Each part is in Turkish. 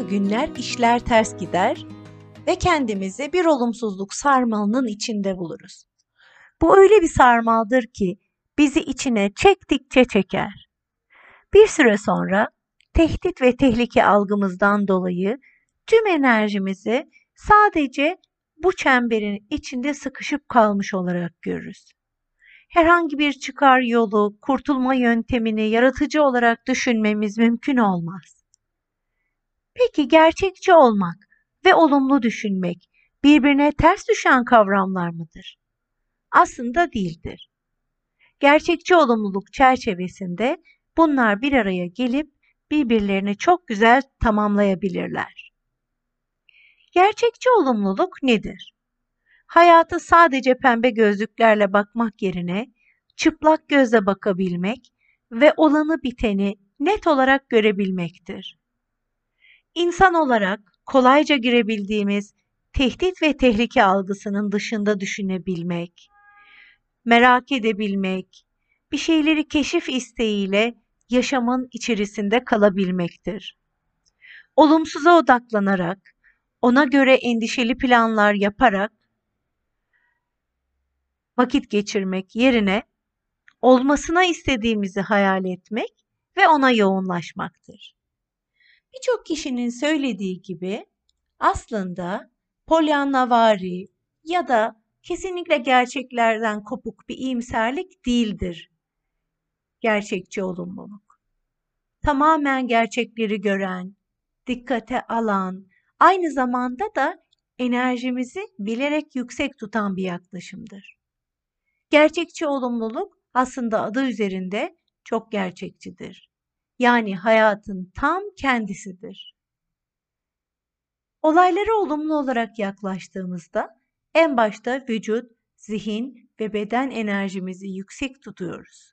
günler işler ters gider ve kendimizi bir olumsuzluk sarmalının içinde buluruz. Bu öyle bir sarmaldır ki bizi içine çektikçe çeker. Bir süre sonra tehdit ve tehlike algımızdan dolayı tüm enerjimizi sadece bu çemberin içinde sıkışıp kalmış olarak görürüz. Herhangi bir çıkar yolu, kurtulma yöntemini yaratıcı olarak düşünmemiz mümkün olmaz. Peki gerçekçi olmak ve olumlu düşünmek birbirine ters düşen kavramlar mıdır? Aslında değildir. Gerçekçi olumluluk çerçevesinde bunlar bir araya gelip birbirlerini çok güzel tamamlayabilirler. Gerçekçi olumluluk nedir? Hayata sadece pembe gözlüklerle bakmak yerine çıplak gözle bakabilmek ve olanı biteni net olarak görebilmektir. İnsan olarak kolayca girebildiğimiz tehdit ve tehlike algısının dışında düşünebilmek, merak edebilmek, bir şeyleri keşif isteğiyle yaşamın içerisinde kalabilmektir. Olumsuza odaklanarak, ona göre endişeli planlar yaparak vakit geçirmek yerine olmasına istediğimizi hayal etmek ve ona yoğunlaşmaktır. Birçok kişinin söylediği gibi aslında polyannavari ya da kesinlikle gerçeklerden kopuk bir iyimserlik değildir gerçekçi olumluluk. Tamamen gerçekleri gören, dikkate alan, aynı zamanda da enerjimizi bilerek yüksek tutan bir yaklaşımdır. Gerçekçi olumluluk aslında adı üzerinde çok gerçekçidir. Yani hayatın tam kendisidir. Olaylara olumlu olarak yaklaştığımızda en başta vücut, zihin ve beden enerjimizi yüksek tutuyoruz.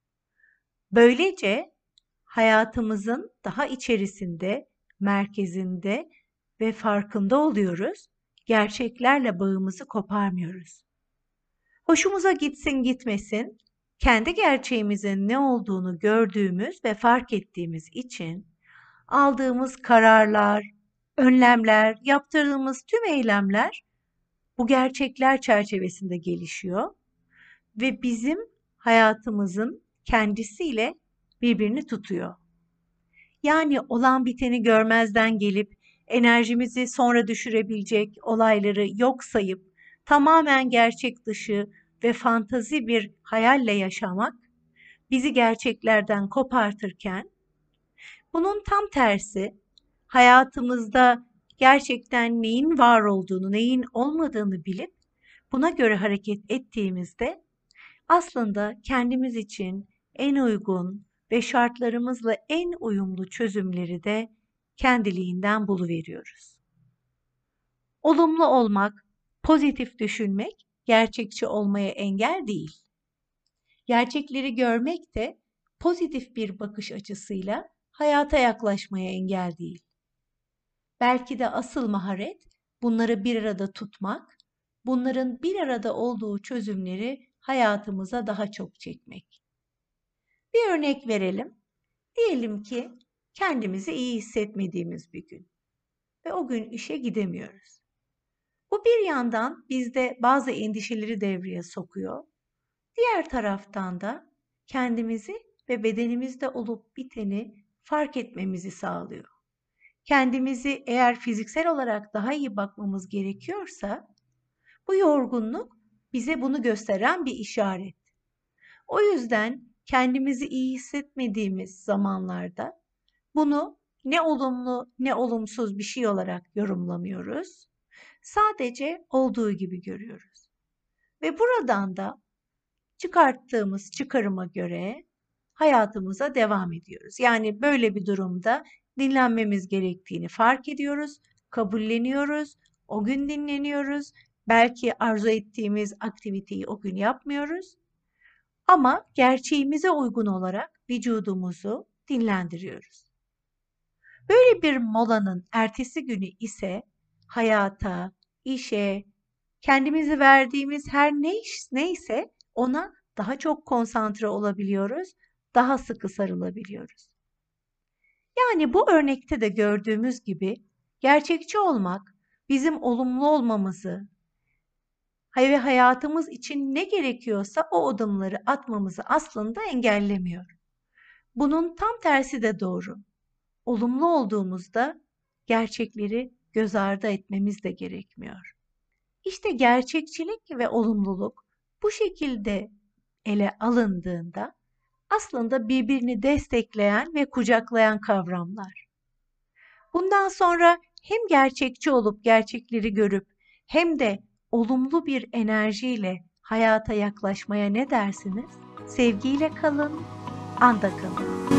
Böylece hayatımızın daha içerisinde, merkezinde ve farkında oluyoruz. Gerçeklerle bağımızı koparmıyoruz. Hoşumuza gitsin gitmesin, kendi gerçeğimizin ne olduğunu gördüğümüz ve fark ettiğimiz için aldığımız kararlar, önlemler, yaptırdığımız tüm eylemler bu gerçekler çerçevesinde gelişiyor ve bizim hayatımızın kendisiyle birbirini tutuyor. Yani olan biteni görmezden gelip enerjimizi sonra düşürebilecek olayları yok sayıp tamamen gerçek dışı ve fantazi bir hayalle yaşamak bizi gerçeklerden kopartırken bunun tam tersi hayatımızda gerçekten neyin var olduğunu, neyin olmadığını bilip buna göre hareket ettiğimizde aslında kendimiz için en uygun ve şartlarımızla en uyumlu çözümleri de kendiliğinden buluveriyoruz. Olumlu olmak, pozitif düşünmek gerçekçi olmaya engel değil. Gerçekleri görmek de pozitif bir bakış açısıyla hayata yaklaşmaya engel değil. Belki de asıl maharet bunları bir arada tutmak, bunların bir arada olduğu çözümleri hayatımıza daha çok çekmek. Bir örnek verelim. Diyelim ki kendimizi iyi hissetmediğimiz bir gün ve o gün işe gidemiyoruz. Bu bir yandan bizde bazı endişeleri devreye sokuyor. Diğer taraftan da kendimizi ve bedenimizde olup biteni fark etmemizi sağlıyor. Kendimizi eğer fiziksel olarak daha iyi bakmamız gerekiyorsa bu yorgunluk bize bunu gösteren bir işaret. O yüzden kendimizi iyi hissetmediğimiz zamanlarda bunu ne olumlu ne olumsuz bir şey olarak yorumlamıyoruz. Sadece olduğu gibi görüyoruz. Ve buradan da çıkarttığımız çıkarıma göre hayatımıza devam ediyoruz. Yani böyle bir durumda dinlenmemiz gerektiğini fark ediyoruz, kabulleniyoruz, o gün dinleniyoruz. Belki arzu ettiğimiz aktiviteyi o gün yapmıyoruz. Ama gerçeğimize uygun olarak vücudumuzu dinlendiriyoruz. Böyle bir molanın ertesi günü ise hayata, işe, kendimizi verdiğimiz her neyse ona daha çok konsantre olabiliyoruz, daha sıkı sarılabiliyoruz. Yani bu örnekte de gördüğümüz gibi gerçekçi olmak bizim olumlu olmamızı ve hayatımız için ne gerekiyorsa o adımları atmamızı aslında engellemiyor. Bunun tam tersi de doğru. Olumlu olduğumuzda gerçekleri göz ardı etmemiz de gerekmiyor. İşte gerçekçilik ve olumluluk bu şekilde ele alındığında aslında birbirini destekleyen ve kucaklayan kavramlar. Bundan sonra hem gerçekçi olup gerçekleri görüp hem de olumlu bir enerjiyle hayata yaklaşmaya ne dersiniz? Sevgiyle kalın, anda kalın.